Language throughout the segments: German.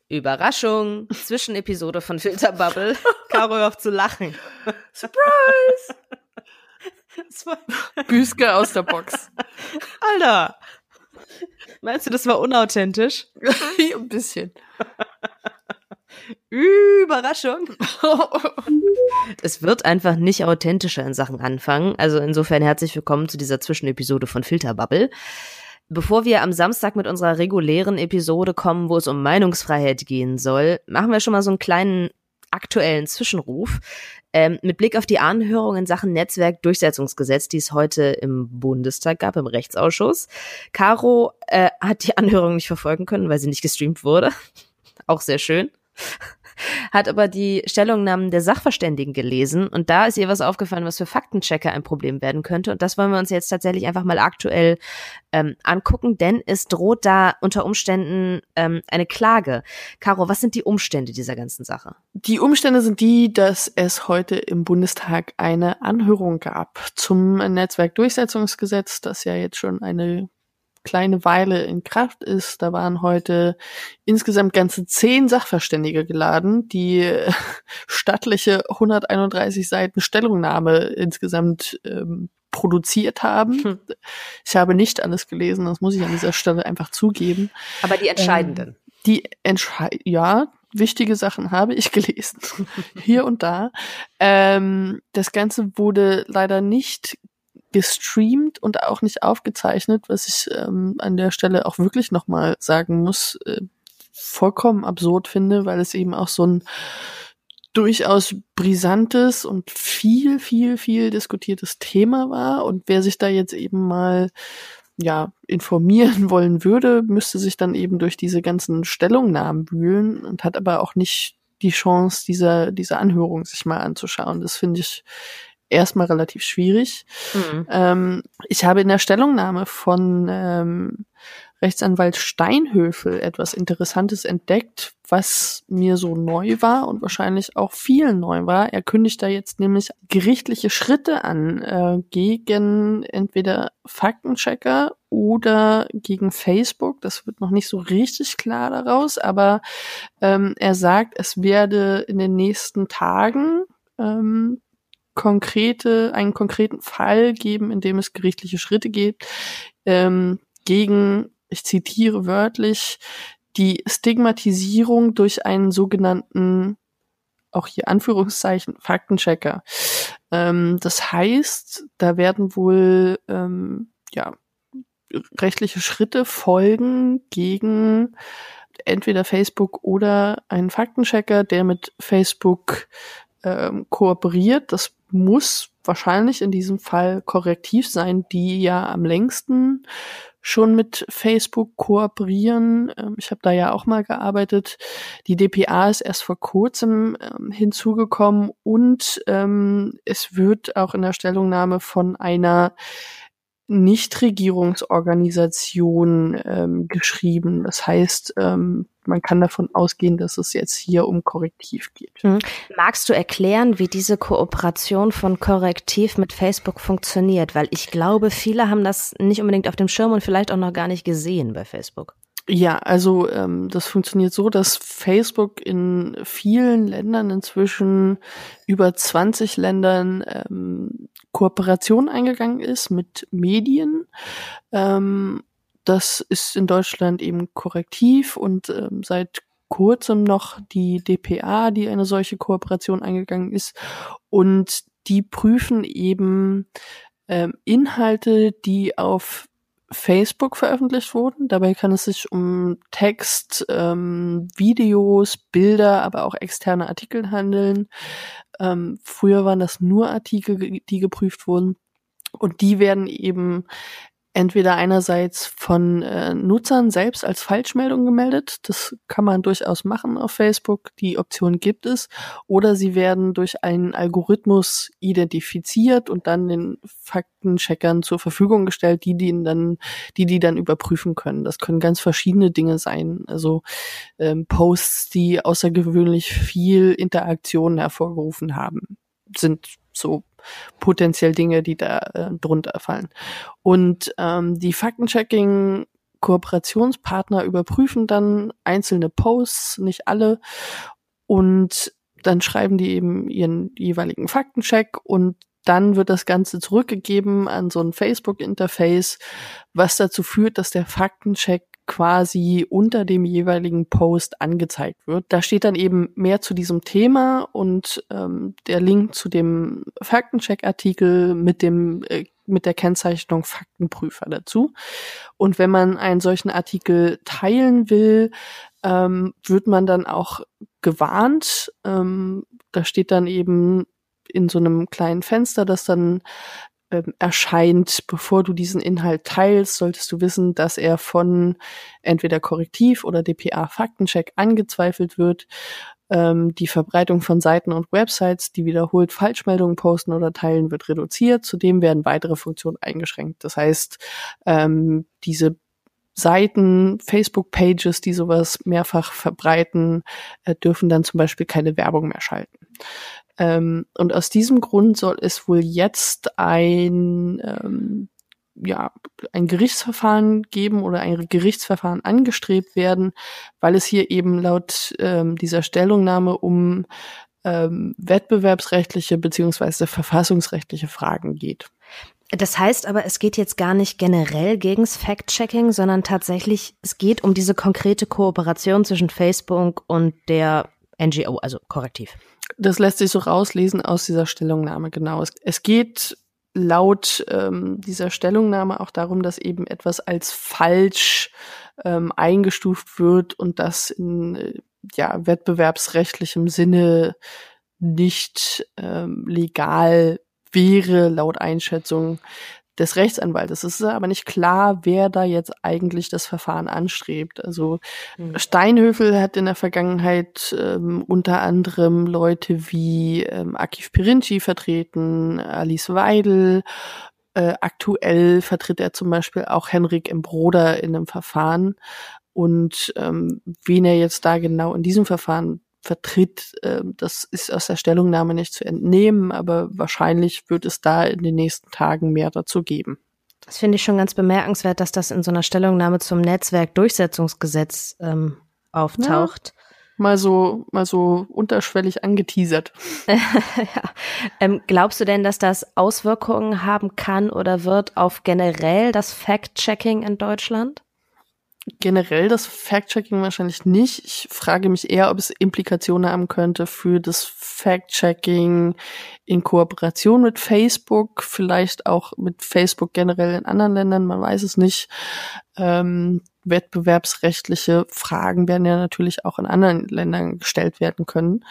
Überraschung, Zwischenepisode von Filterbubble. Caro, hör auf zu lachen. Surprise! Büske aus der Box. Alter! Meinst du, das war unauthentisch? Ein bisschen. Überraschung. Es wird einfach nicht authentischer in Sachen Anfangen. Also insofern herzlich willkommen zu dieser Zwischenepisode von Filterbubble. Bevor wir am Samstag mit unserer regulären Episode kommen, wo es um Meinungsfreiheit gehen soll, machen wir schon mal so einen kleinen aktuellen Zwischenruf mit Blick auf die Anhörung in Sachen Netzwerkdurchsetzungsgesetz, die es heute im Bundestag gab, im Rechtsausschuss. Caro hat die Anhörung nicht verfolgen können, weil sie nicht gestreamt wurde. Auch sehr schön. Hat aber die Stellungnahmen der Sachverständigen gelesen und da ist ihr was aufgefallen, was für Faktenchecker ein Problem werden könnte und das wollen wir uns jetzt tatsächlich einfach mal aktuell angucken, denn es droht da unter Umständen eine Klage. Caro, was sind die Umstände dieser ganzen Sache? Die Umstände sind die, dass es heute im Bundestag eine Anhörung gab zum Netzwerkdurchsetzungsgesetz, das ja jetzt schon eine kleine Weile in Kraft ist. Da waren heute insgesamt ganze 10 Sachverständige geladen, die stattliche 131 Seiten Stellungnahme insgesamt produziert haben. Ich habe nicht alles gelesen, das muss ich an dieser Stelle einfach zugeben. Aber die entscheidenden. Ja, wichtige Sachen habe ich gelesen. Hier und da. Das Ganze wurde leider nicht gestreamt und auch nicht aufgezeichnet, was ich an der Stelle auch wirklich nochmal sagen muss, vollkommen absurd finde, weil es eben auch so ein durchaus brisantes und viel diskutiertes Thema war. Und wer sich da jetzt eben mal informieren wollen würde, müsste sich dann eben durch diese ganzen Stellungnahmen wühlen und hat aber auch nicht die Chance, diese Anhörung sich mal anzuschauen. Das finde ich erstmal relativ schwierig. Ich habe in der Stellungnahme von Rechtsanwalt Steinhöfel etwas Interessantes entdeckt, was mir so neu war und wahrscheinlich auch vielen neu war. Er kündigt da jetzt nämlich gerichtliche Schritte an gegen entweder Faktenchecker oder gegen Facebook. Das wird noch nicht so richtig klar daraus, aber er sagt, es werde in den nächsten Tagen einen konkreten Fall geben, in dem es gerichtliche Schritte gibt, gegen, ich zitiere wörtlich, die Stigmatisierung durch einen sogenannten, auch hier Anführungszeichen, Faktenchecker. Das heißt, da werden wohl rechtliche Schritte folgen gegen entweder Facebook oder einen Faktenchecker, der mit Facebook kooperiert. Das muss wahrscheinlich in diesem Fall korrektiv sein, die ja am längsten schon mit Facebook kooperieren. Ich habe da ja auch mal gearbeitet. Die dpa ist erst vor kurzem hinzugekommen und es wird auch in der Stellungnahme von einer Nichtregierungsorganisation geschrieben. Das heißt, man kann davon ausgehen, dass es jetzt hier um Korrektiv geht. Magst du erklären, wie diese Kooperation von Korrektiv mit Facebook funktioniert? Weil ich glaube, viele haben das nicht unbedingt auf dem Schirm und vielleicht auch noch gar nicht gesehen bei Facebook. Ja, also das funktioniert so, dass Facebook in vielen Ländern inzwischen, über 20 Ländern, Kooperation eingegangen ist mit Medien. Das ist in Deutschland eben Korrektiv und seit kurzem noch die dpa, die eine solche Kooperation eingegangen ist. Und die prüfen eben Inhalte, die auf Facebook veröffentlicht wurden. Dabei kann es sich um Text, Videos, Bilder, aber auch externe Artikel handeln. Früher waren das nur Artikel, die geprüft wurden. Und die werden eben entweder einerseits von Nutzern selbst als Falschmeldung gemeldet, das kann man durchaus machen auf Facebook, die Option gibt es, oder sie werden durch einen Algorithmus identifiziert und dann den Faktencheckern zur Verfügung gestellt, die dann überprüfen können. Das können ganz verschiedene Dinge sein, also Posts, die außergewöhnlich viel Interaktion hervorgerufen haben, sind so potenziell Dinge, die da drunter fallen. Und die Faktenchecking Kooperationspartner überprüfen dann einzelne Posts, nicht alle, und dann schreiben die eben ihren jeweiligen Faktencheck und dann wird das Ganze zurückgegeben an so ein Facebook-Interface, was dazu führt, dass der Faktencheck quasi unter dem jeweiligen Post angezeigt wird. Da steht dann eben mehr zu diesem Thema und der Link zu dem Faktencheck-Artikel mit der Kennzeichnung Faktenprüfer dazu. Und wenn man einen solchen Artikel teilen will, wird man dann auch gewarnt. Da steht dann eben in so einem kleinen Fenster, das dann erscheint, bevor du diesen Inhalt teilst, solltest du wissen, dass er von entweder Korrektiv oder dpa Faktencheck angezweifelt wird. Die Verbreitung von Seiten und Websites, die wiederholt Falschmeldungen posten oder teilen, wird reduziert. Zudem werden weitere Funktionen eingeschränkt. Das heißt, diese Seiten, Facebook-Pages, die sowas mehrfach verbreiten, dürfen dann zum Beispiel keine Werbung mehr schalten. Und aus diesem Grund soll es wohl jetzt ein Gerichtsverfahren geben oder ein Gerichtsverfahren angestrebt werden, weil es hier eben laut dieser Stellungnahme um wettbewerbsrechtliche beziehungsweise verfassungsrechtliche Fragen geht. Das heißt aber, es geht jetzt gar nicht generell gegens Fact-Checking, sondern tatsächlich, es geht um diese konkrete Kooperation zwischen Facebook und der NGO, also Korrektiv. Das lässt sich so rauslesen aus dieser Stellungnahme, genau. Es geht laut dieser Stellungnahme auch darum, dass eben etwas als falsch eingestuft wird und das in wettbewerbsrechtlichem Sinne nicht legal wäre, laut Einschätzung des Rechtsanwaltes. Es ist aber nicht klar, wer da jetzt eigentlich das Verfahren anstrebt. Also Steinhöfel hat in der Vergangenheit unter anderem Leute wie Akif Pirinci vertreten, Alice Weidel. Aktuell vertritt er zum Beispiel auch Henrik M. Broder in einem Verfahren. Und wen er jetzt da genau in diesem Verfahren vertritt, das ist aus der Stellungnahme nicht zu entnehmen, aber wahrscheinlich wird es da in den nächsten Tagen mehr dazu geben. Das finde ich schon ganz bemerkenswert, dass das in so einer Stellungnahme zum Netzwerkdurchsetzungsgesetz auftaucht. Ja, mal so unterschwellig angeteasert. Ja. Glaubst du denn, dass das Auswirkungen haben kann oder wird auf generell das Fact-Checking in Deutschland? Generell das Fact-Checking wahrscheinlich nicht. Ich frage mich eher, ob es Implikationen haben könnte für das Fact-Checking in Kooperation mit Facebook, vielleicht auch mit Facebook generell in anderen Ländern, man weiß es nicht. Wettbewerbsrechtliche Fragen werden ja natürlich auch in anderen Ländern gestellt werden können.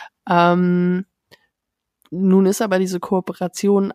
Nun ist aber diese Kooperation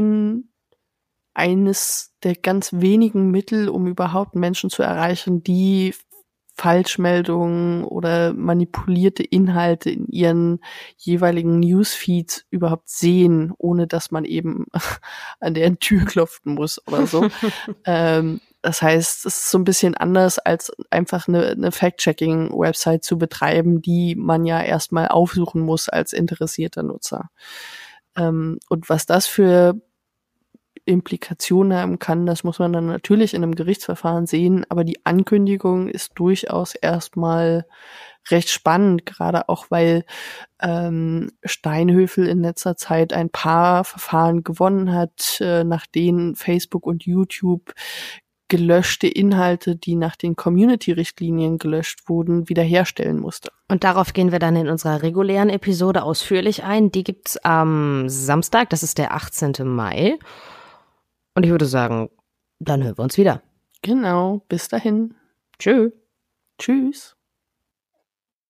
eines der ganz wenigen Mittel, um überhaupt Menschen zu erreichen, die Falschmeldungen oder manipulierte Inhalte in ihren jeweiligen Newsfeeds überhaupt sehen, ohne dass man eben an deren Tür klopfen muss oder so. Das heißt, es ist so ein bisschen anders, als einfach eine Fact-Checking-Website zu betreiben, die man ja erstmal aufsuchen muss als interessierter Nutzer. Und was das für Implikationen haben kann, das muss man dann natürlich in einem Gerichtsverfahren sehen, aber die Ankündigung ist durchaus erstmal recht spannend, gerade auch weil Steinhöfel in letzter Zeit ein paar Verfahren gewonnen hat, nach denen Facebook und YouTube gelöschte Inhalte, die nach den Community-Richtlinien gelöscht wurden, wiederherstellen musste. Und darauf gehen wir dann in unserer regulären Episode ausführlich ein. Die gibt's am Samstag, das ist der 18. Mai. Und ich würde sagen, dann hören wir uns wieder. Genau, bis dahin. Tschö. Tschüss.